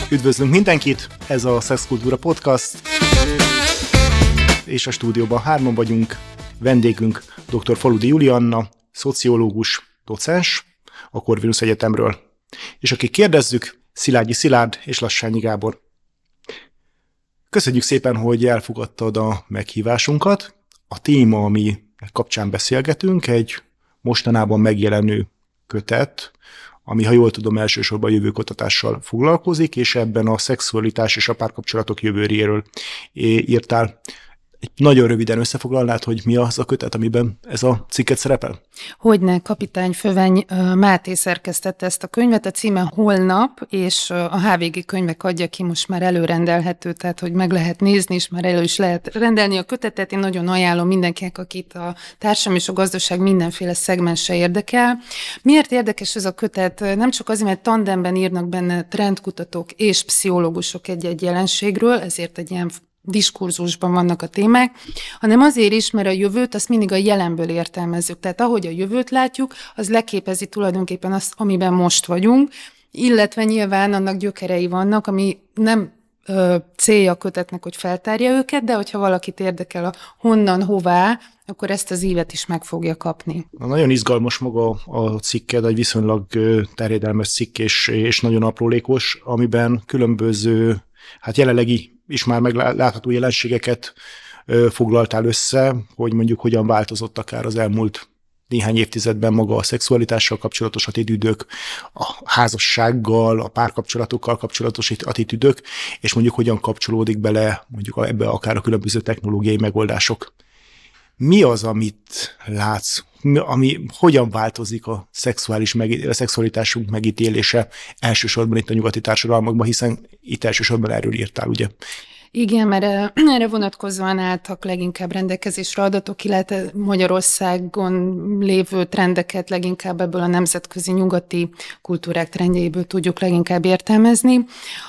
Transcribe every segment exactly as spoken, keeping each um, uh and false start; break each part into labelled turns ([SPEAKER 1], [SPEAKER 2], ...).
[SPEAKER 1] Üdvözlünk mindenkit, ez a Szexkultúra Podcast, és a stúdióban hárman vagyunk. Vendégünk dr. Faludi Julianna, szociológus, docens a Corvinus Egyetemről. És akik kérdezzük, Szilágyi Szilárd és Lassányi Gábor. Köszönjük szépen, hogy elfogadtad a meghívásunkat. A téma, ami kapcsán beszélgetünk, egy mostanában megjelenő kötet, ami, ha jól tudom, elsősorban jövőkutatással foglalkozik, és ebben a szexualitás és a párkapcsolatok jövőjéről írtál. Egy nagyon röviden összefoglalnád, hogy mi az a kötet, amiben ez a cikket szerepel?
[SPEAKER 2] Hogyne, kapitány Föveny Máté szerkesztette ezt a könyvet, a címe Holnap, és a há vé gé könyvek adja ki, most már előrendelhető, tehát hogy meg lehet nézni, és már elő is lehet rendelni a kötetet. Én nagyon ajánlom mindenkinek, akit a társadalom és a gazdaság mindenféle szegmense érdekel. Miért érdekes ez a kötet? Nem csak azért, mert tandemben írnak benne trendkutatók és pszichológusok egy-egy jelenségről, ezért egy ilyen diskurzusban vannak a témák, hanem azért is, mert a jövőt azt mindig a jelenből értelmezzük. Tehát ahogy a jövőt látjuk, az leképezi tulajdonképpen azt, amiben most vagyunk, illetve nyilván annak gyökerei vannak, ami nem ö, célja a kötetnek, hogy feltárja őket, de hogyha valakit érdekel a honnan, hová, akkor ezt az ívet is meg fogja kapni.
[SPEAKER 1] Na, nagyon izgalmas maga a cikked, egy viszonylag terjedelmes cikk és, és nagyon aprólékos, amiben különböző, hát jelenlegi és már meglátható jelenségeket ö, foglaltál össze, hogy mondjuk hogyan változott akár az elmúlt néhány évtizedben maga a szexualitással kapcsolatos attitűdök, a házassággal, a párkapcsolatokkal kapcsolatos attitűdök, és mondjuk hogyan kapcsolódik bele mondjuk ebbe akár a különböző technológiai megoldások. Mi az, amit látsz, ami hogyan változik a, szexuális megít, a szexualitásunk megítélése elsősorban itt a nyugati társadalmakban, hiszen itt elsősorban erről írtál, ugye?
[SPEAKER 2] Igen, mert erre vonatkozóan álltak leginkább rendelkezésre adatok, illetve Magyarországon lévő trendeket leginkább ebből a nemzetközi nyugati kultúrák trendjeiből tudjuk leginkább értelmezni.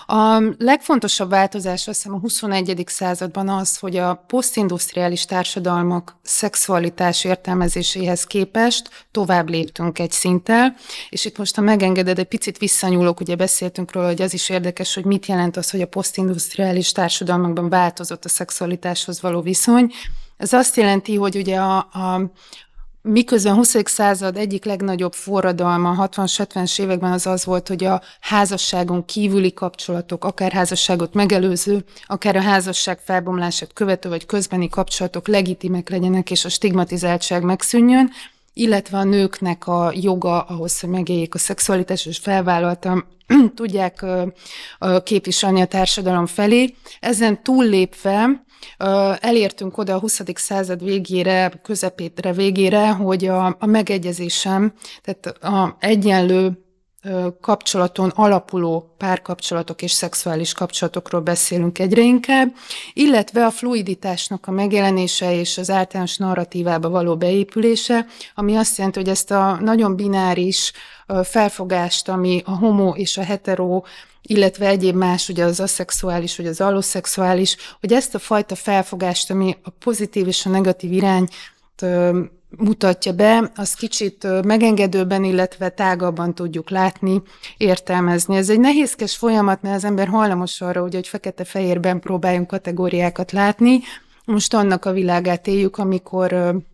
[SPEAKER 2] A legfontosabb változás azt hiszem a huszonegyedik században az, hogy a posztindusztriális társadalmak szexualitás értelmezéséhez képest tovább léptünk egy szinttel, és itt most, ha megengeded, egy picit visszanyúlok, ugye beszéltünk róla, hogy az is érdekes, hogy mit jelent az, hogy a posztindusztriális társadalmak változott a szexualitáshoz való viszony. Ez azt jelenti, hogy ugye a, a miközben a huszadik század egyik legnagyobb forradalma a hatvanas, hetvenes években az az volt, hogy a házasságon kívüli kapcsolatok, akár házasságot megelőző, akár a házasság felbomlását követő vagy közbeni kapcsolatok legitimek legyenek, és a stigmatizáltság megszűnjön, illetve a nőknek a joga ahhoz, hogy megéljék a szexualitást, és felvállaltan tudják képviselni a társadalom felé. Ezen túllépve elértünk oda a huszadik század végére, közepére végére, hogy a, a megegyezésem, tehát a egyenlő kapcsolaton alapuló párkapcsolatok és szexuális kapcsolatokról beszélünk egyre inkább, illetve a fluiditásnak a megjelenése és az általános narratívába való beépülése, ami azt jelenti, hogy ezt a nagyon bináris felfogást, ami a homo és a hetero, illetve egyéb más, ugye az aszexuális, vagy az alloszexuális, hogy ezt a fajta felfogást, ami a pozitív és a negatív irányt mutatja be, azt kicsit megengedőben, illetve tágabban tudjuk látni, értelmezni. Ez egy nehézkes folyamat, mert az ember hajlamos arra, ugye, hogy fekete-fehérben próbáljunk kategóriákat látni. Most annak a világát éljük, amikor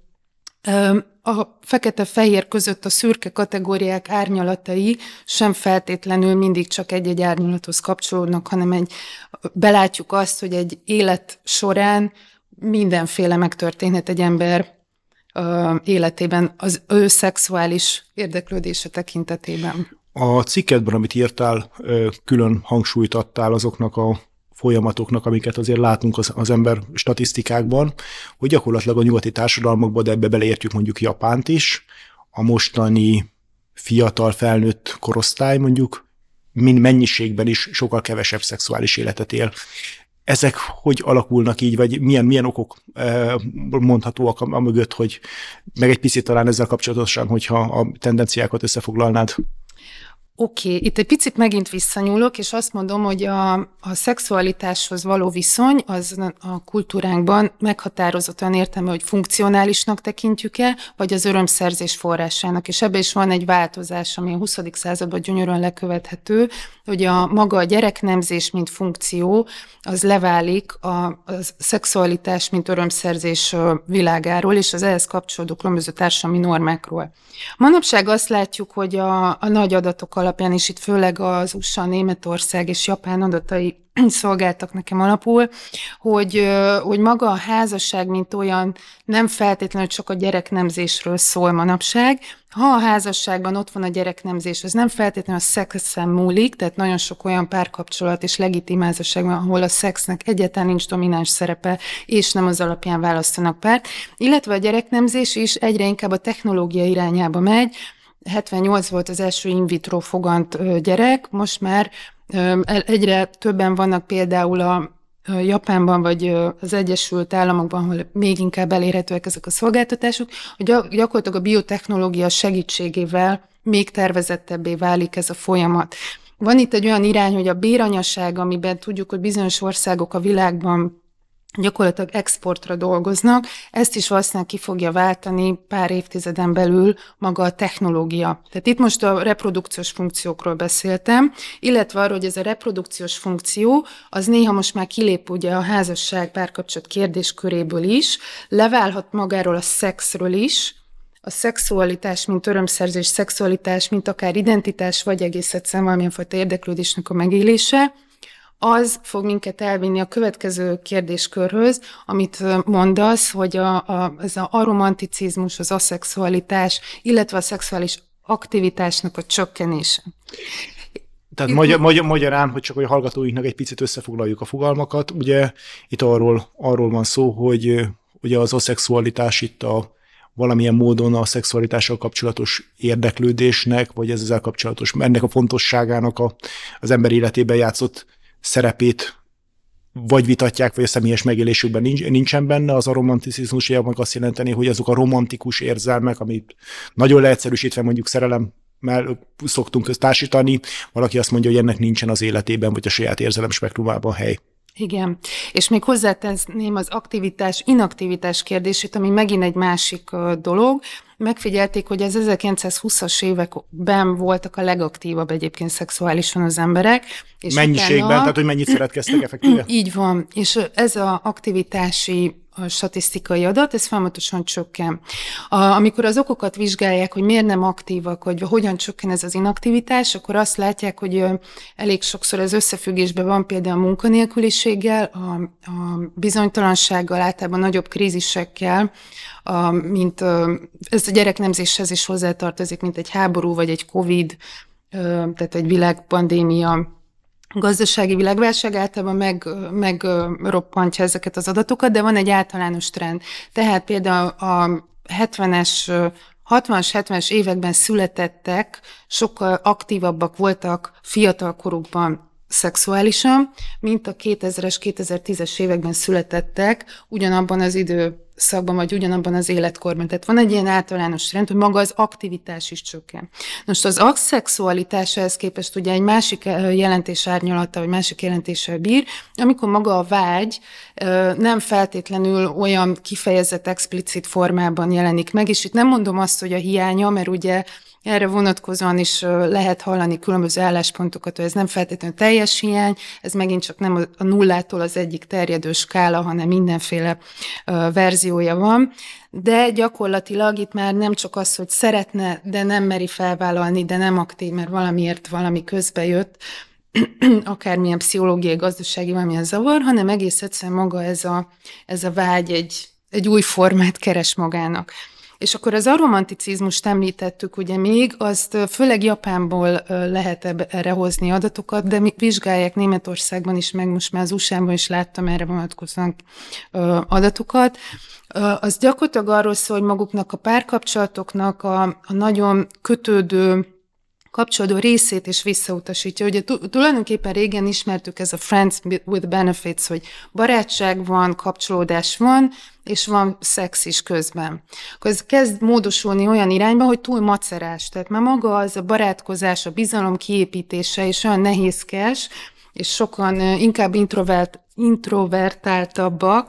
[SPEAKER 2] a fekete-fehér között a szürke kategóriák árnyalatai sem feltétlenül mindig csak egy-egy árnyalathoz kapcsolódnak, hanem egy, belátjuk azt, hogy egy élet során mindenféle megtörténhet egy ember életében, az ő szexuális érdeklődése tekintetében.
[SPEAKER 1] A cikkedben, amit írtál, külön hangsúlyt adtál azoknak a folyamatoknak, amiket azért látunk az, az ember statisztikákban, hogy gyakorlatilag a nyugati társadalmakban, de ebbe beleértjük mondjuk Japánt is, a mostani fiatal felnőtt korosztály mondjuk mind mennyiségben is sokkal kevesebb szexuális életet él. Ezek hogy alakulnak így, vagy milyen, milyen okok mondhatóak a mögött, hogy meg egy picit talán ezzel kapcsolatosan, hogyha a tendenciákat összefoglalnád?
[SPEAKER 2] Oké, okay. Itt egy picit megint visszanyúlok, és azt mondom, hogy a, a szexualitáshoz való viszony az a kultúránkban meghatározottan értelme, hogy funkcionálisnak tekintjük-e, vagy az örömszerzés forrásának. És ebben is van egy változás, ami a huszadik században gyönyörűen lekövethető, hogy a maga a gyereknemzés, mint funkció, az leválik a, a szexualitás, mint örömszerzés világáról, és az ehhez kapcsolódó különböző társadalmi normákról. Manapság azt látjuk, hogy a, a nagy adatok alapján, és itt főleg az u es á, Németország és Japán adatai szolgáltak nekem alapul, hogy, hogy maga a házasság, mint olyan, nem feltétlenül csak a gyereknemzésről szól manapság. Ha a házasságban ott van a gyereknemzés, az nem feltétlenül a szexen múlik, tehát nagyon sok olyan párkapcsolat és legitim házasság van, ahol a szexnek egyáltalán nincs domináns szerepe, és nem az alapján választanak párt, illetve a gyereknemzés is egyre inkább a technológia irányába megy. hetvennyolc volt az első in vitro fogant gyerek, most már egyre többen vannak például a Japánban, vagy az Egyesült Államokban, ahol még inkább elérhetőek ezek a szolgáltatások, hogy gyakorlatilag a biotechnológia segítségével még tervezettebbé válik ez a folyamat. Van itt egy olyan irány, hogy a béranyaság, amiben tudjuk, hogy bizonyos országok a világban gyakorlatilag exportra dolgoznak, ezt is valószínűleg ki fogja váltani pár évtizeden belül maga a technológia. Tehát itt most a reprodukciós funkciókról beszéltem, illetve arról, hogy ez a reprodukciós funkció, az néha most már kilép ugye a házasság párkapcsolat kérdésköréből is, leválhat magáról a szexről is, a szexualitás, mint örömszerzés, szexualitás, mint akár identitás, vagy egész egyszerűen valamilyen fajta érdeklődésnek a megélése, az fog minket elvinni a következő kérdéskörhöz, amit mondasz, hogy a, a, ez a aromanticizmus, az aszexualitás, illetve a szexuális aktivitásnak a csökkenése.
[SPEAKER 1] Tehát magyar, magyar, magyarán, hogy csak a hallgatóinknak egy picit összefoglaljuk a fogalmakat, ugye itt arról, arról van szó, hogy ugye az aszexualitás itt a valamilyen módon a szexualitással kapcsolatos érdeklődésnek, vagy ez ezzel kapcsolatos, ennek a fontosságának a, az ember életében játszott szerepét vagy vitatják, vagy a személyes megélésükben nincs, nincsen benne. Az a romanticizmus meg azt jelenteni, hogy azok a romantikus érzelmek, amit nagyon leegyszerűsítve mondjuk szerelemmel szoktunk társítani, valaki azt mondja, hogy ennek nincsen az életében, vagy a saját érzelem spektrumában hely.
[SPEAKER 2] Igen, és még hozzátenném az aktivitás-inaktivitás kérdését, ami megint egy másik dolog. Megfigyelték, hogy az ezerkilencszázhúszas években voltak a legaktívabb egyébként szexuálisan az emberek. És
[SPEAKER 1] mennyiségben, utána, tehát hogy mennyit szeretkeztek effektíve?
[SPEAKER 2] Így van, és ez az aktivitási a statisztikai adat, ez folyamatosan csökken. A, amikor az okokat vizsgálják, hogy miért nem aktívak, hogy hogyan csökken ez az inaktivitás, akkor azt látják, hogy elég sokszor ez összefüggésben van például a munkanélküliséggel, a, a bizonytalansággal, általában nagyobb krízisekkel, a, mint ez a gyereknemzéshez is hozzátartozik, mint egy háború vagy egy Covid, tehát egy világpandémia, gazdasági világválság általában meg, megroppantja ezeket az adatokat, de van egy általános trend. Tehát például a hetvenes, hatvanas, hetvenes években születettek sokkal aktívabbak voltak fiatal korukban szexuálisan, mint a kétezres, kétezer-tízes években születettek ugyanabban az időszakban, vagy ugyanabban az életkorban. Tehát van egy ilyen általános trend, hogy maga az aktivitás is csökken. Most az aszexualitás ehhez képest ugye egy másik jelentés árnyalata, vagy másik jelentéssel bír, amikor maga a vágy nem feltétlenül olyan kifejezett, explicit formában jelenik meg, és itt nem mondom azt, hogy a hiánya, mert ugye erre vonatkozóan is lehet hallani különböző álláspontokat, hogy ez nem feltétlenül teljes hiány, ez megint csak nem a nullától az egyik terjedő skála, hanem mindenféle verziója van, de gyakorlatilag itt már nem csak az, hogy szeretne, de nem meri felvállalni, de nem aktív, mert valamiért valami közbe jött, akármilyen pszichológiai, gazdasági, valamilyen zavar, hanem egész egyszerűen maga ez a, ez a vágy egy, egy új formát keres magának. És akkor az aromanticizmust említettük ugye még, azt főleg Japánból lehet erre hozni adatokat, de vizsgálják Németországban is, meg most már az u es á-ban is láttam erre vonatkozóan adatokat. Az gyakorlatilag arról szól, hogy maguknak a párkapcsolatoknak a, a nagyon kötődő kapcsolódó részét is visszautasítja. Ugye tulajdonképpen régen ismertük ez a friends with benefits, hogy barátság van, kapcsolódás van, és van szex is közben. Akkor ez kezd módosulni olyan irányba, hogy túl macerás. Tehát már maga az a barátkozás, a bizalom kiépítése és olyan nehézkes, és sokan inkább introvert, introvertáltabbak,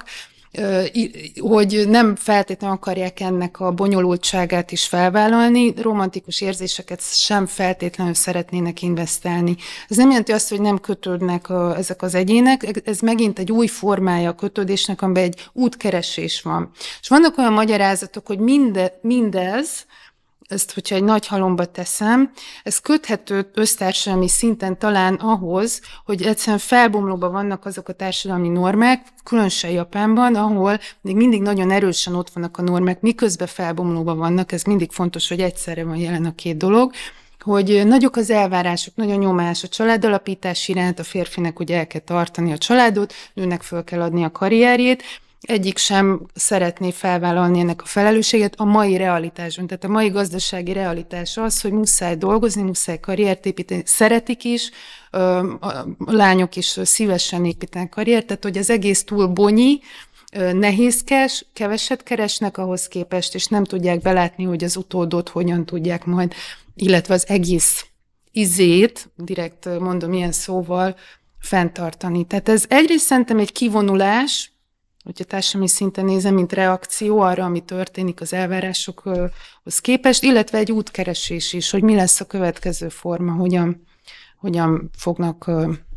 [SPEAKER 2] hogy nem feltétlenül akarják ennek a bonyolultságát is felvállalni, romantikus érzéseket sem feltétlenül szeretnének investálni. Ez nem jelenti azt, hogy nem kötődnek a, ezek az egyének, ez megint egy új formája a kötődésnek, amiben egy útkeresés van. És vannak olyan magyarázatok, hogy minde, mindez, ezt, hogyha egy nagy halomba teszem, ez köthető össztársadalmi szinten talán ahhoz, hogy egyszerűen felbomlóban vannak azok a társadalmi normák, különösen Japánban, ahol még mindig nagyon erősen ott vannak a normák, miközben felbomlóban vannak, ez mindig fontos, hogy egyszerre van jelen a két dolog, hogy nagyok az elvárások, nagy a nyomás a családalapítás iránt, a férfinek ugye el kell tartani a családot, nőnek föl kell adni a karrierjét, egyik sem szeretné felvállalni ennek a felelősséget a mai realitásban. Tehát a mai gazdasági realitás az, hogy muszáj dolgozni, muszáj karriert építeni. Szeretik is, a lányok is szívesen építenek karriert, tehát hogy az egész túl bonyi, nehézkes, keveset keresnek ahhoz képest, és nem tudják belátni, hogy az utódot hogyan tudják majd, illetve az egész izét, direkt mondom ilyen szóval, fenntartani. Tehát ez egyrészt szerintem egy kivonulás, hogyha társadalmi szinten nézem, mint reakció arra, ami történik az elvárásokhoz képest, illetve egy útkeresés is, hogy mi lesz a következő forma, hogyan, hogyan fognak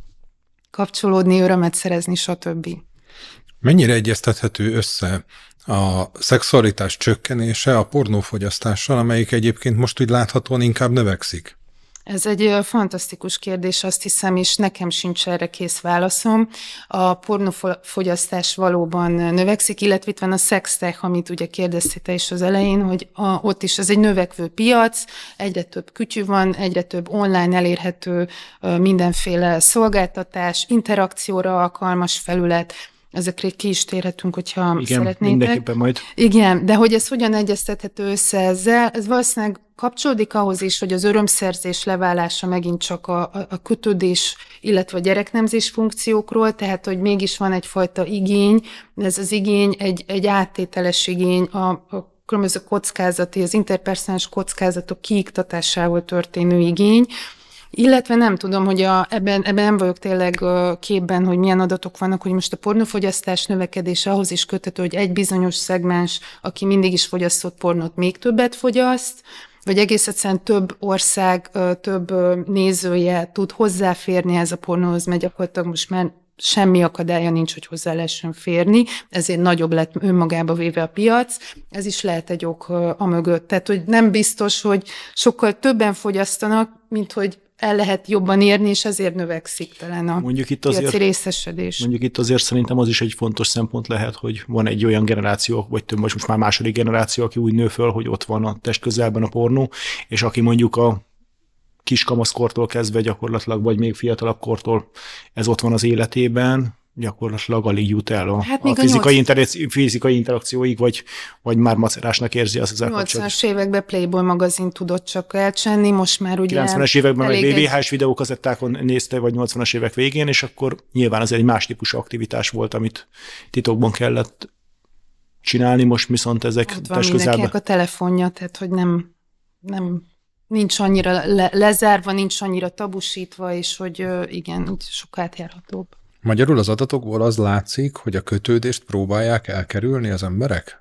[SPEAKER 2] kapcsolódni, örömet szerezni, stb.
[SPEAKER 3] Mennyire egyeztethető össze a szexualitás csökkenése a pornófogyasztással, amelyik egyébként most úgy láthatóan inkább növekszik?
[SPEAKER 2] Ez egy fantasztikus kérdés, azt hiszem, és nekem sincs erre kész válaszom. A pornófogyasztás valóban növekszik, illetve itt van a sextech, amit ugye kérdeztél is az elején, hogy a, ott is ez egy növekvő piac, egyre több kütyű van, egyre több online elérhető mindenféle szolgáltatás, interakcióra alkalmas felület, ezekre ki is térhetünk, hogyha
[SPEAKER 1] igen,
[SPEAKER 2] szeretnétek.
[SPEAKER 1] Mindenképpen majd.
[SPEAKER 2] Igen, de hogy ez hogyan egyeztethető össze ezzel, ez valószínűleg kapcsolódik ahhoz is, hogy az örömszerzés leválása megint csak a, a, a kötődés, illetve a gyereknemzés funkciókról, tehát hogy mégis van egyfajta igény, ez az igény egy, egy áttételes igény a, a különböző kockázati, az interpersonális kockázatok kiiktatásával történő igény, illetve nem tudom, hogy a, ebben, ebben nem vagyok tényleg képben, hogy milyen adatok vannak, hogy most a pornófogyasztás növekedése ahhoz is köthető, hogy egy bizonyos szegmens, aki mindig is fogyasztott pornót, még többet fogyaszt, vagy egész egyszerűen több ország, több nézője tud hozzáférni ez a pornóhoz, mert gyakorlatilag most már semmi akadálya nincs, hogy hozzá lehessen férni, ezért nagyobb lett önmagába véve a piac, ez is lehet egy ok a mögött. Tehát, hogy nem biztos, hogy sokkal többen fogyasztanak, mint hogy el lehet jobban érni, és ezért növekszik talán a mondjuk itt azért, piaci részesedés.
[SPEAKER 1] Mondjuk itt azért szerintem az is egy fontos szempont lehet, hogy van egy olyan generáció, vagy több, most már második generáció, aki úgy nő föl, hogy ott van a test közelben a pornó, és aki mondjuk a kiskamaszkortól kezdve gyakorlatilag, vagy még fiatalabb kortól ez ott van az életében, gyakorlatilag alig jut el a, hát a fizikai, nyolc... inter... fizikai interakcióig, vagy, vagy már macerásnak érzi az ezzel kapcsolatban.
[SPEAKER 2] nyolcvanas években Playboy magazin tudott csak elcsenni, most már ugye...
[SPEAKER 1] kilencvenes években meg vé vé há-s videókazettákon nézte, vagy nyolcvanas évek végén, és akkor nyilván ez egy más típusú aktivitás volt, amit titokban kellett csinálni, most viszont ezek
[SPEAKER 2] test közelben. Mindenkinek a telefonja, tehát hogy nem... nem nincs annyira le- lezárva, nincs annyira tabusítva, és hogy igen, sok átjárhatóbb.
[SPEAKER 3] Magyarul az adatokból az látszik, hogy a kötődést próbálják elkerülni az emberek?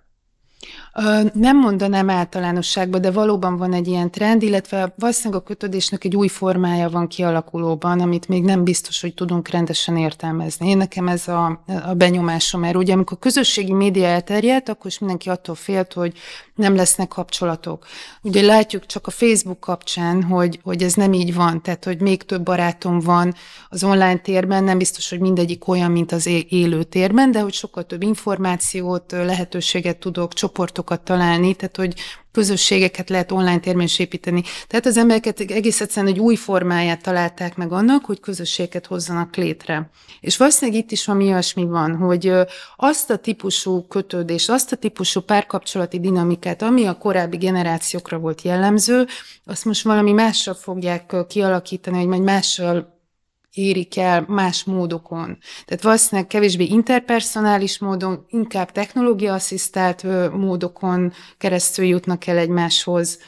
[SPEAKER 2] Nem mondanám általánosságban, de valóban van egy ilyen trend, illetve valószínűleg a kötődésnek egy új formája van kialakulóban, amit még nem biztos, hogy tudunk rendesen értelmezni. Én nekem ez a, a benyomásom, mert ugye amikor a közösségi média elterjedt, akkor is mindenki attól félt, hogy nem lesznek kapcsolatok. Ugye látjuk csak a Facebook kapcsán, hogy, hogy ez nem így van, tehát hogy még több barátom van az online térben, nem biztos, hogy mindegyik olyan, mint az élő térben, de hogy sokkal több információt, lehetőséget tudok csoportosulni csoportokat találni, tehát hogy közösségeket lehet online térben is építeni. Tehát az embereket egész egyszerűen egy új formáját találták meg annak, hogy közösséget hozzanak létre. És valószínűleg itt is valami olyasmi van, hogy azt a típusú kötődést, azt a típusú párkapcsolati dinamikát, ami a korábbi generációkra volt jellemző, azt most valami mással fogják kialakítani, hogy majd mással érik el más módokon. Tehát valószínűleg kevésbé interpersonális módon, inkább technológia-asszisztált módokon keresztül jutnak el egymáshoz.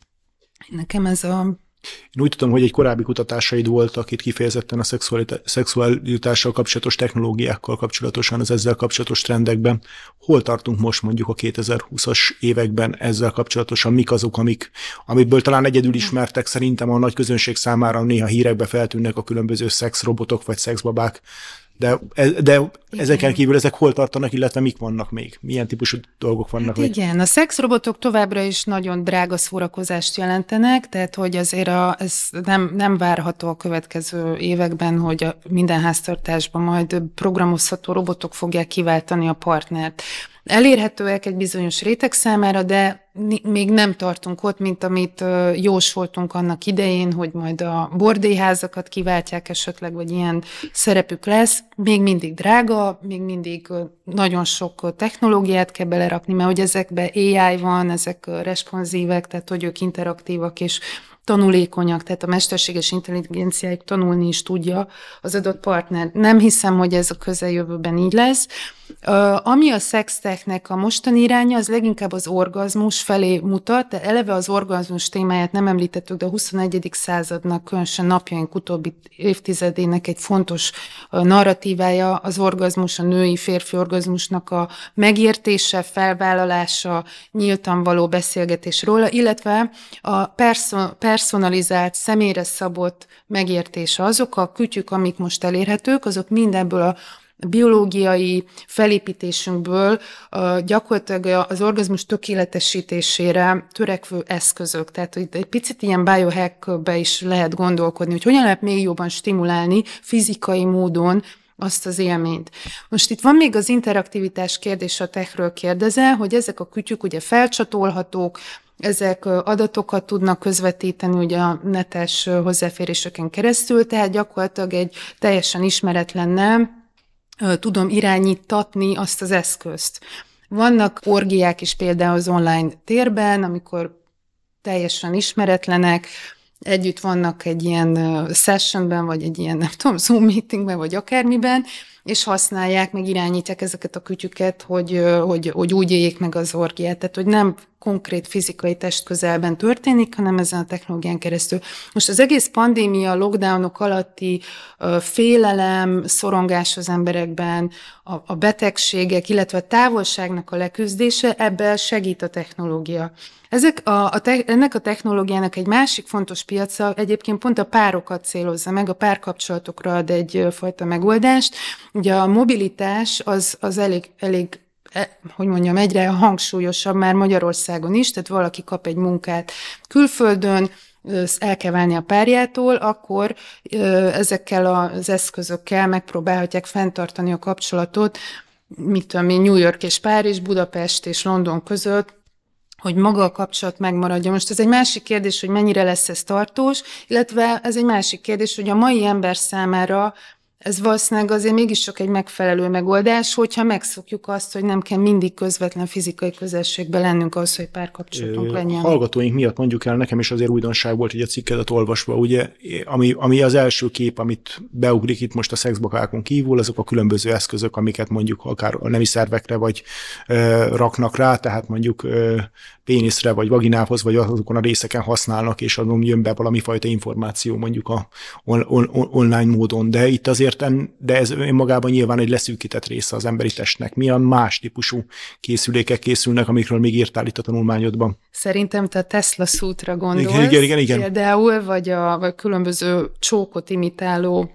[SPEAKER 2] Nekem ez a...
[SPEAKER 1] Én úgy tudom, hogy egy korábbi kutatásaid voltak itt kifejezetten a szexualitással kapcsolatos technológiákkal kapcsolatosan, az ezzel kapcsolatos trendekben. Hol tartunk most mondjuk a kétezer-húszas években ezzel kapcsolatosan? Mik azok, amik, amikből talán egyedül ismertek, szerintem a nagy közönség számára néha hírekbe feltűnnek a különböző szexrobotok vagy szexbabák, de, de ezeken kívül ezek hol tartanak, illetve mik vannak még? Milyen típusú dolgok vannak?
[SPEAKER 2] Hát igen, a szexrobotok továbbra is nagyon drága szórakozást jelentenek, tehát hogy azért a, ez nem, nem várható a következő években, hogy a minden háztartásban majd programozható robotok fogják kiváltani a partnert. Elérhetőek egy bizonyos réteg számára, de még nem tartunk ott, mint amit jósoltunk annak idején, hogy majd a bordélyházakat kiváltják esetleg, vagy ilyen szerepük lesz. Még mindig drága, még mindig nagyon sok technológiát kell belerakni, mert hogy ezekben á i van, ezek responsívek, tehát hogy ők interaktívak és tanulékonyak, tehát a mesterséges intelligenciájuk tanulni is tudja az adott partner. Nem hiszem, hogy ez a közeljövőben így lesz. Uh, ami a szextechnek a mostani iránya, az leginkább az orgazmus felé mutat, de eleve az orgazmus témáját nem említettük, de a huszonegyedik századnak, különösen napjaink utóbbi évtizedének egy fontos uh, narratívája az orgazmus, a női férfi orgazmusnak a megértése, felvállalása, nyíltan való beszélgetés róla, illetve a perso- personalizált, személyre szabott megértése. Azok a kütyük, amik most elérhetők, azok mindebből a biológiai felépítésünkből uh, gyakorlatilag az orgazmus tökéletesítésére törekvő eszközök. Tehát hogy egy picit ilyen biohackbe is lehet gondolkodni, hogy hogyan lehet még jobban stimulálni fizikai módon azt az élményt. Most itt van még az interaktivitás kérdés, a techről kérdezel, hogy ezek a kütyük ugye felcsatolhatók, ezek adatokat tudnak közvetíteni ugye a netes hozzáféréseken keresztül, tehát gyakorlatilag egy teljesen ismeretlennel tudom irányítatni azt az eszközt. Vannak orgiák is például az online térben, amikor teljesen ismeretlenek, együtt vannak egy ilyen sessionben, vagy egy ilyen, nem tudom, Zoom meetingben, vagy akármiben, és használják, meg irányítják ezeket a kütyüket, hogy, hogy, hogy úgy éljék meg az orgiát. Tehát, hogy nem konkrét fizikai testközelben történik, hanem ezen a technológián keresztül. Most az egész pandémia, lockdownok alatti uh, félelem, szorongás az emberekben, a, a betegségek, illetve a távolságnak a leküzdése, ebben segít a technológia. Ezek a, a te, ennek a technológiának egy másik fontos piaca egyébként pont a párokat célozza meg, a párkapcsolatokra ad egyfajta megoldást. Ugye a mobilitás az, az elég, elég hogy mondjam, egyre hangsúlyosabb már Magyarországon is, tehát valaki kap egy munkát külföldön, el kell válni a párjától, akkor ezekkel az eszközökkel megpróbálhatják fenntartani a kapcsolatot, mit tudom én, New York és Párizs, Budapest és London között, hogy maga a kapcsolat megmaradjon. Most ez egy másik kérdés, hogy mennyire lesz ez tartós, illetve ez egy másik kérdés, hogy a mai ember számára ez valószínűleg azért mégiscsak egy megfelelő megoldás, hogyha megszokjuk azt, hogy nem kell mindig közvetlen fizikai közelségben lennünk ahhoz, hogy párkapcsolatunk legyen.
[SPEAKER 1] Hallgatóink miatt mondjuk el, nekem is azért újdonság volt, hogy a cikkedet olvasva, ugye, ami, ami az első kép, amit beugrik itt most a szexbakákon kívül, azok a különböző eszközök, amiket mondjuk akár a nemi szervekre vagy ö, raknak rá, tehát mondjuk ö, péniszre, vagy vaginához, vagy azokon a részeken használnak, és azon jön be valami fajta információ mondjuk a on, on, online módon, de itt azért de ez önmagában nyilván egy leszűkített része az emberi testnek. Milyen más típusú készülékek készülnek, amikről még írtál itt a tanulmányodban?
[SPEAKER 2] Szerintem te a Tesla szútra gondolsz.
[SPEAKER 1] Igen, igen, igen.
[SPEAKER 2] Például, vagy a vagy különböző csókot imitáló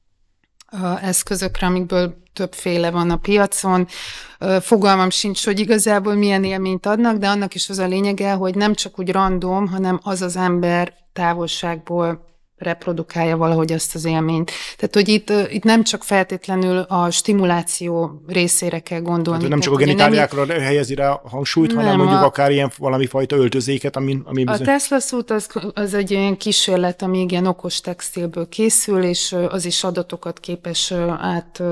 [SPEAKER 2] eszközökre, amikből többféle van a piacon. Fogalmam sincs, hogy igazából milyen élményt adnak, de annak is az a lényege, hogy nem csak úgy random, hanem az az ember távolságból reprodukálja valahogy azt az élményt. Tehát, hogy itt, itt nem csak feltétlenül a stimuláció részére kell gondolni.
[SPEAKER 1] Tehát, nem csak
[SPEAKER 2] tehát,
[SPEAKER 1] a genitáliákra nem... helyezi rá a hangsúlyt, nem, hanem mondjuk a... akár ilyen valami fajta öltözéket, ami, ami
[SPEAKER 2] bizony... A Tesla szút az, az egy olyan kísérlet, ami igen okos textilből készül, és az is adatokat képes át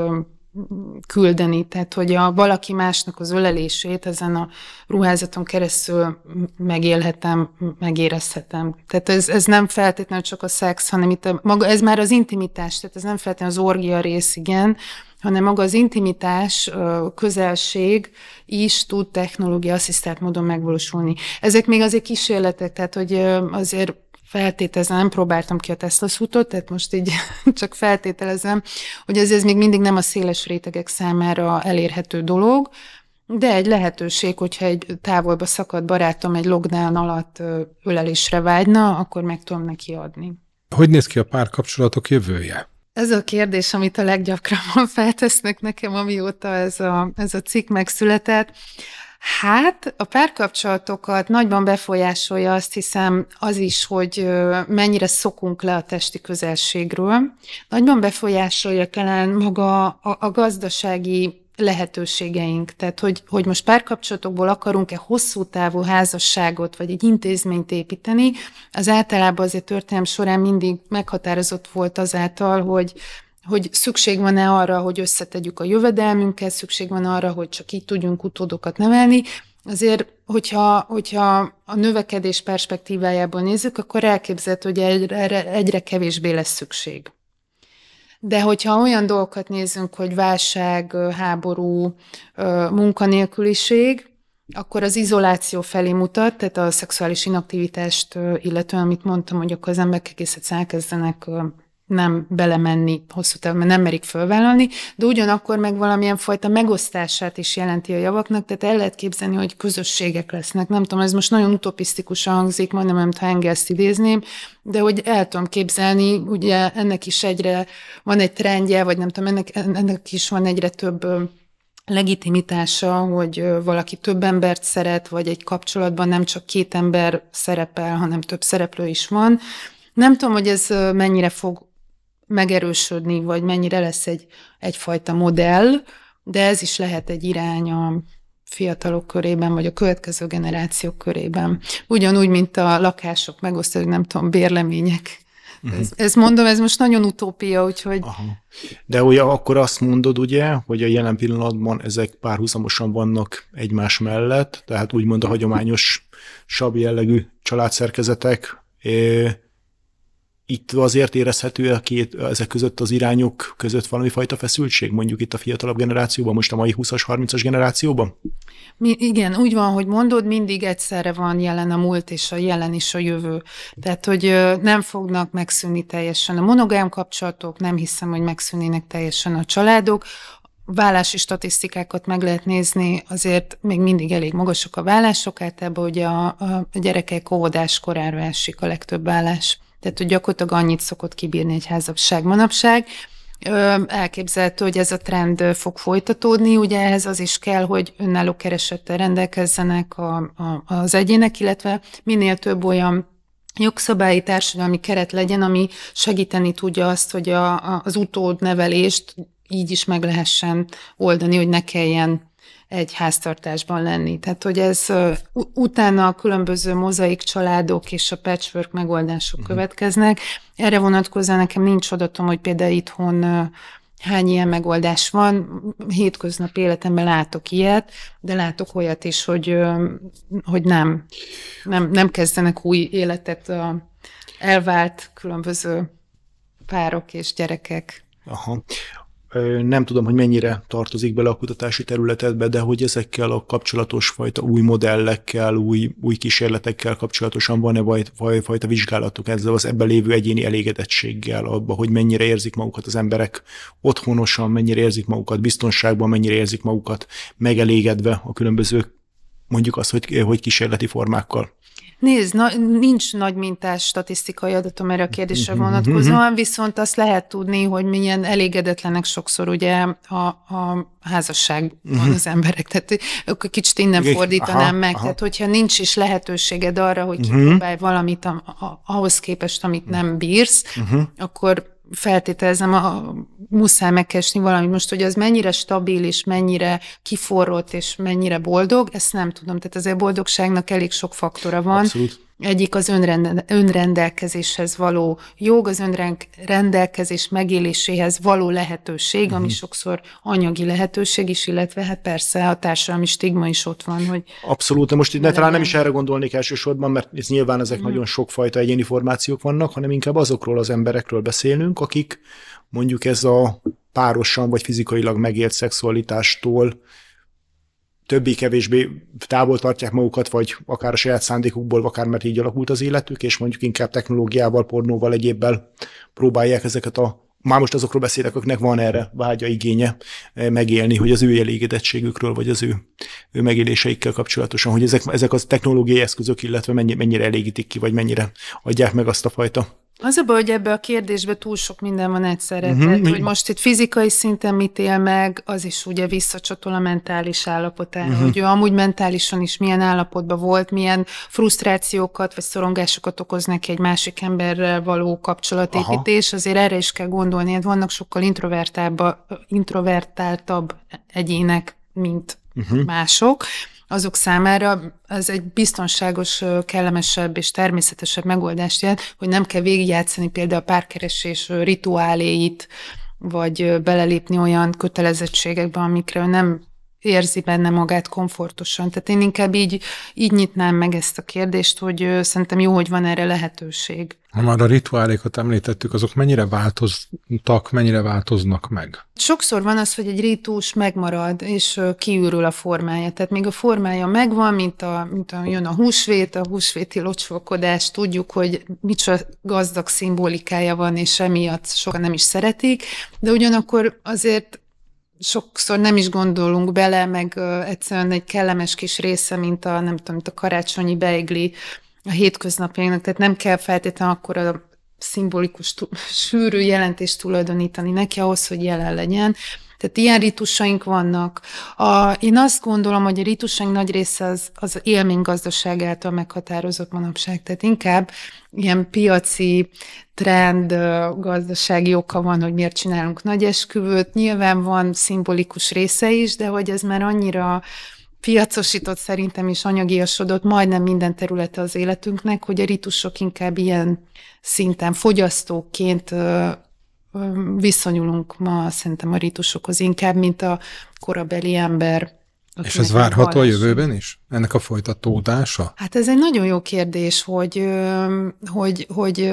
[SPEAKER 2] küldeni, tehát hogy a valaki másnak az ölelését ezen a ruházaton keresztül megélhetem, megérezhetem. Tehát ez, ez nem feltétlenül csak a szex, hanem itt a, maga, ez már az intimitás, tehát ez nem feltétlenül az orgia rész, igen, hanem maga az intimitás, közelség is tud technológia asszisztált módon megvalósulni. Ezek még azért kísérletek, tehát hogy azért feltételezem, nem próbáltam ki a Tesla szútot, tehát most így csak feltételezem, hogy ez, ez még mindig nem a széles rétegek számára elérhető dolog, de egy lehetőség, hogyha egy távolba szakadt barátom egy lockdown alatt ölelésre vágyna, akkor meg tudom neki adni.
[SPEAKER 3] Hogy néz ki a párkapcsolatok jövője?
[SPEAKER 2] Ez a kérdés, amit a leggyakrabban feltesznek nekem, amióta ez a, ez a cikk megszületett. Hát a párkapcsolatokat nagyban befolyásolja, azt hiszem, az is, hogy mennyire szokunk le a testi közelségről. Nagyban befolyásolja talán maga a, a gazdasági lehetőségeink. Tehát, hogy, hogy most párkapcsolatokból akarunk-e hosszú távú házasságot, vagy egy intézményt építeni, az általában azért történelem során mindig meghatározott volt azáltal, hogy hogy szükség van-e arra, hogy összetegyük a jövedelmünket, szükség van arra, hogy csak így tudjunk utódokat nevelni. Azért, hogyha, hogyha a növekedés perspektívájából nézzük, akkor elképzelhető, hogy egyre, egyre kevésbé lesz szükség. De hogyha olyan dolgokat nézzünk, hogy válság, háború, munkanélküliség, akkor az izoláció felé mutat, tehát a szexuális inaktivitást illetően, amit mondtam, hogy akkor az emberek egész elkezdenek nem belemenni hosszú távon, mert nem merik fölvállalni, de ugyanakkor meg valamilyen fajta megosztását is jelenti a javaknak, tehát el lehet képzelni, hogy közösségek lesznek. Nem tudom, ez most nagyon utopisztikusan hangzik, majdnem, nem, ha Engelszt idézném, de hogy el tudom képzelni, ugye ennek is egyre van egy trendje, vagy nem tudom, ennek, ennek is van egyre több legitimitása, hogy valaki több embert szeret, vagy egy kapcsolatban nem csak két ember szerepel, hanem több szereplő is van. Nem tudom, hogy ez mennyire fog megerősödni, vagy mennyire lesz egy, egyfajta modell, de ez is lehet egy irány a fiatalok körében, vagy a következő generációk körében. Ugyanúgy, mint a lakások megosztás, nem tudom, bérlemények. Uh-huh. Ez, ez mondom, ez most nagyon utópia, úgyhogy... Aha.
[SPEAKER 1] De ugye akkor azt mondod, ugye, hogy a jelen pillanatban ezek párhuzamosan vannak egymás mellett, tehát úgymond a hagyományos sabb jellegű családszerkezetek. Itt azért érezhető a két, ezek között az irányok között valami fajta feszültség, mondjuk itt a fiatalabb generációban, most a mai húszas, harmincas generációban?
[SPEAKER 2] Mi, igen, úgy van, hogy mondod, mindig egyszerre van jelen a múlt és a jelen és a jövő. Tehát, hogy nem fognak megszűnni teljesen a monogám kapcsolatok, nem hiszem, hogy megszűnnének teljesen a családok. Vállási statisztikákat meg lehet nézni, azért még mindig elég magasak a vállások, általában ugye a, a gyerekek óvodás korára esik a legtöbb vállás. Tehát, hogy gyakorlatilag annyit szokott kibírni egy házasság manapság. Elképzelhető, hogy ez a trend fog folytatódni, ugye ehhez az is kell, hogy önálló keresettel rendelkezzenek a, a, az egyének, illetve minél több olyan jogszabályi társadalmi keret legyen, ami segíteni tudja azt, hogy a, a, az utódnevelést így is meg lehessen oldani, hogy ne kelljen egy háztartásban lenni. Tehát, hogy ez uh, utána a különböző mozaik családok és a patchwork megoldások uh-huh. következnek. Erre vonatkozóan nekem nincs adatom, hogy például itthon uh, hány ilyen megoldás van. Hétköznapi életemben látok ilyet, de látok olyat is, hogy, uh, hogy nem, nem, nem kezdenek új életet uh, elvált különböző párok és gyerekek.
[SPEAKER 1] Aha. Nem tudom, hogy mennyire tartozik bele a kutatási területedbe, de hogy ezekkel a kapcsolatos fajta új modellekkel, új, új kísérletekkel kapcsolatosan van-e vaj, vaj, fajta vizsgálatok ezzel az ebben lévő egyéni elégedettséggel, abban, hogy mennyire érzik magukat az emberek otthonosan, mennyire érzik magukat biztonságban, mennyire érzik magukat megelégedve a különböző, mondjuk azt, hogy, hogy kísérleti formákkal.
[SPEAKER 2] Nézd, na, nincs nagy mintás statisztikai adatom erre a kérdésre vonatkozóan, viszont azt lehet tudni, hogy milyen elégedetlenek sokszor ugye a, a házasságban az emberek. Tehát akkor kicsit innen fordítanám aha, meg. Aha. Tehát hogyha nincs is lehetőséged arra, hogy kipróbálj valamit a, a, ahhoz képest, amit nem bírsz, uh-huh. akkor feltételezem, a, muszáj megkeresni valamit. Most, hogy az mennyire stabil, és mennyire kiforrott, és mennyire boldog, ezt nem tudom. Tehát azért a boldogságnak elég sok faktora van.
[SPEAKER 1] Abszolút.
[SPEAKER 2] Egyik az önrende, önrendelkezéshez való jog, az önrendelkezés megéléséhez való lehetőség, uh-huh. ami sokszor anyagi lehetőség is, illetve hát persze a társadalmi stigma is ott van, hogy...
[SPEAKER 1] Abszolút, de most itt talán nem is erre gondolnék elsősorban, mert ez nyilván ezek uh-huh. nagyon sokfajta egyéni formációk vannak, hanem inkább azokról az emberekről beszélünk, akik mondjuk ez a párosan vagy fizikailag megélt szexualitástól többé-kevésbé távol tartják magukat, vagy akár a saját szándékukból, akár mert így alakult az életük, és mondjuk inkább technológiával, pornóval, egyébbel próbálják ezeket a... Már most azokról beszélek, akiknek van erre vágya, igénye megélni, hogy az ő elégedettségükről, vagy az ő, ő megéléseikkel kapcsolatosan, hogy ezek, ezek az technológiai eszközök, illetve mennyi, mennyire elégítik ki, vagy mennyire adják meg azt a fajta.
[SPEAKER 2] Az a baj, hogy ebbe a kérdésbe túl sok minden van egyszerre. Uh-huh. Tehát, hogy most itt fizikai szinten mit él meg, az is ugye visszacsatol a mentális állapotára, uh-huh. hogy ő amúgy mentálisan is milyen állapotban volt, milyen frusztrációkat vagy szorongásokat okoz neki egy másik emberrel való kapcsolatépítés. Aha. Azért erre is kell gondolni, hát vannak sokkal introvertáltabb egyének, mint uh-huh. mások. Azok számára ez egy biztonságos, kellemesebb és természetesebb megoldást jelent, hogy nem kell végigjátszani például a párkeresés rituáléit, vagy belelépni olyan kötelezettségekbe, amikre nem érzi benne magát komfortosan. Tehát én inkább így, így nyitnám meg ezt a kérdést, hogy szerintem jó, hogy van erre lehetőség.
[SPEAKER 3] Ha már a rituálékat említettük, azok mennyire változtak, mennyire változnak meg?
[SPEAKER 2] Sokszor van az, hogy egy ritus megmarad, és kiürül a formája. Tehát még a formája megvan, mint a, mint a jön a húsvét, a húsvéti locsolkodás, tudjuk, hogy micsoda gazdag szimbolikája van, és emiatt sokan nem is szeretik, de ugyanakkor azért sokszor nem is gondolunk bele, meg uh, egyszerűen egy kellemes kis része, mint a, nem tudom, mint a karácsonyi beigli a hétköznapjainknak, tehát nem kell feltétlenül akkor a szimbolikus, sűrű jelentést tulajdonítani neki ahhoz, hogy jelen legyen. Tehát ilyen ritusaink vannak. A, én azt gondolom, hogy a ritusaink nagy része az, az élménygazdaság által meghatározott manapság. Tehát inkább ilyen piaci trend, gazdasági oka van, hogy miért csinálunk nagy esküvőt. Nyilván van szimbolikus része is, de hogy ez már annyira piacosított szerintem is anyagiasodott majdnem minden területe az életünknek, hogy a ritusok inkább ilyen szinten fogyasztóként viszonyulunk ma szerintem a ritusokhoz inkább, mint a korabeli ember.
[SPEAKER 3] És ez várható a jövőben is? Ennek a folytatódása?
[SPEAKER 2] Hát ez egy nagyon jó kérdés, hogy, hogy, hogy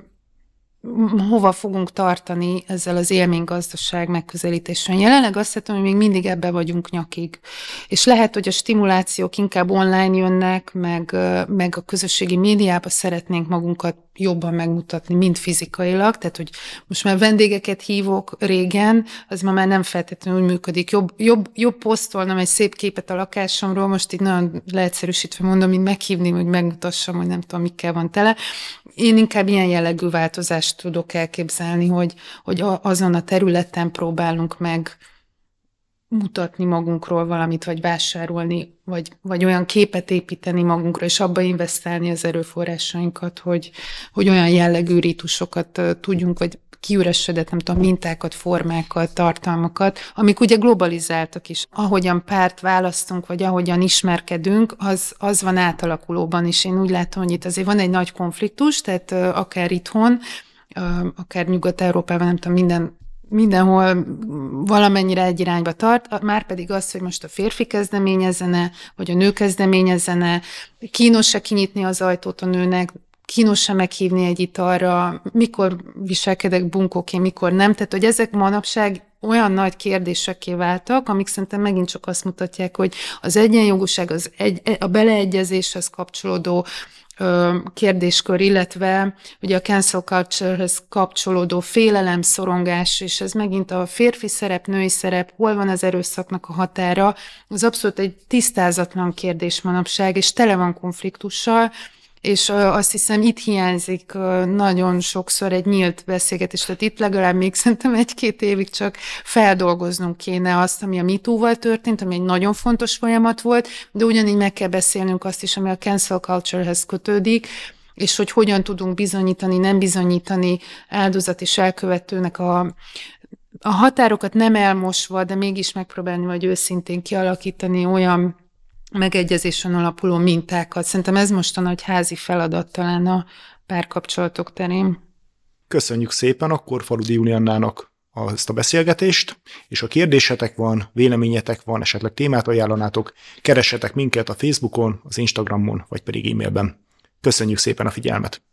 [SPEAKER 2] hova fogunk tartani ezzel az élménygazdaság megközelítéssel. Jelenleg azt hiszem, hogy még mindig ebbe vagyunk nyakig. És lehet, hogy a stimulációk inkább online jönnek, meg, meg a közösségi médiában szeretnénk magunkat jobban megmutatni, mint fizikailag. Tehát, hogy most már vendégeket hívok régen, az ma már nem feltétlenül úgy működik. Jobb, jobb, jobb posztolnom egy szép képet a lakásomról, most itt nagyon leegyszerűsítve mondom, mint meghívni, hogy megmutassam, hogy nem tudom, mikkel van tele. Én inkább ilyen jellegű változást tudok elképzelni, hogy, hogy azon a területen próbálunk meg mutatni magunkról valamit, vagy vásárolni, vagy, vagy olyan képet építeni magunkra, és abba investálni az erőforrásainkat, hogy, hogy olyan jellegű rítusokat tudjunk, vagy kiüresedett, nem tudom, mintákat, formákat, tartalmakat, amik ugye globalizáltak is. Ahogyan párt választunk, vagy ahogyan ismerkedünk, az, az van átalakulóban is. Én úgy látom, hogy itt azért van egy nagy konfliktus, tehát akár itthon, akár Nyugat-Európában, nem tudom, minden mindenhol valamennyire egy irányba tart, már pedig az, hogy most a férfi kezdeményezene, vagy a nő kezdeményezene, kínos-e kinyitni az ajtót a nőnek, kínos-e meghívni egy italra, mikor viselkedek bunkóként, mikor nem. Tehát, hogy ezek manapság olyan nagy kérdésekké váltak, amik szerintem megint csak azt mutatják, hogy az egyenjogúság, az egy, a beleegyezéshez kapcsolódó kérdéskör, illetve ugye a cancel culture-hez kapcsolódó félelem, szorongás, és ez megint a férfi szerep, női szerep, hol van az erőszaknak a határa, az abszolút egy tisztázatlan kérdés manapság, és tele van konfliktussal, És azt hiszem, itt hiányzik nagyon sokszor egy nyílt beszélgetés, tehát itt legalább még szerintem egy-két évig csak feldolgoznunk kéne azt, ami a MeToo-val történt, ami egy nagyon fontos folyamat volt, de ugyanígy meg kell beszélnünk azt is, ami a cancel culture-hez kötődik, és hogy hogyan tudunk bizonyítani, nem bizonyítani áldozat és elkövetőnek a, a határokat nem elmosva, de mégis megpróbálni vagy őszintén kialakítani olyan megegyezésen alapuló mintákat. Szerintem ez most a nagy házi feladat talán a párkapcsolatok terén.
[SPEAKER 1] Köszönjük szépen akkor Faludi Juliannának ezt a beszélgetést, és ha kérdésetek van, véleményetek van, esetleg témát ajánlanátok, keressetek minket a Facebookon, az Instagramon, vagy pedig e-mailben. Köszönjük szépen a figyelmet!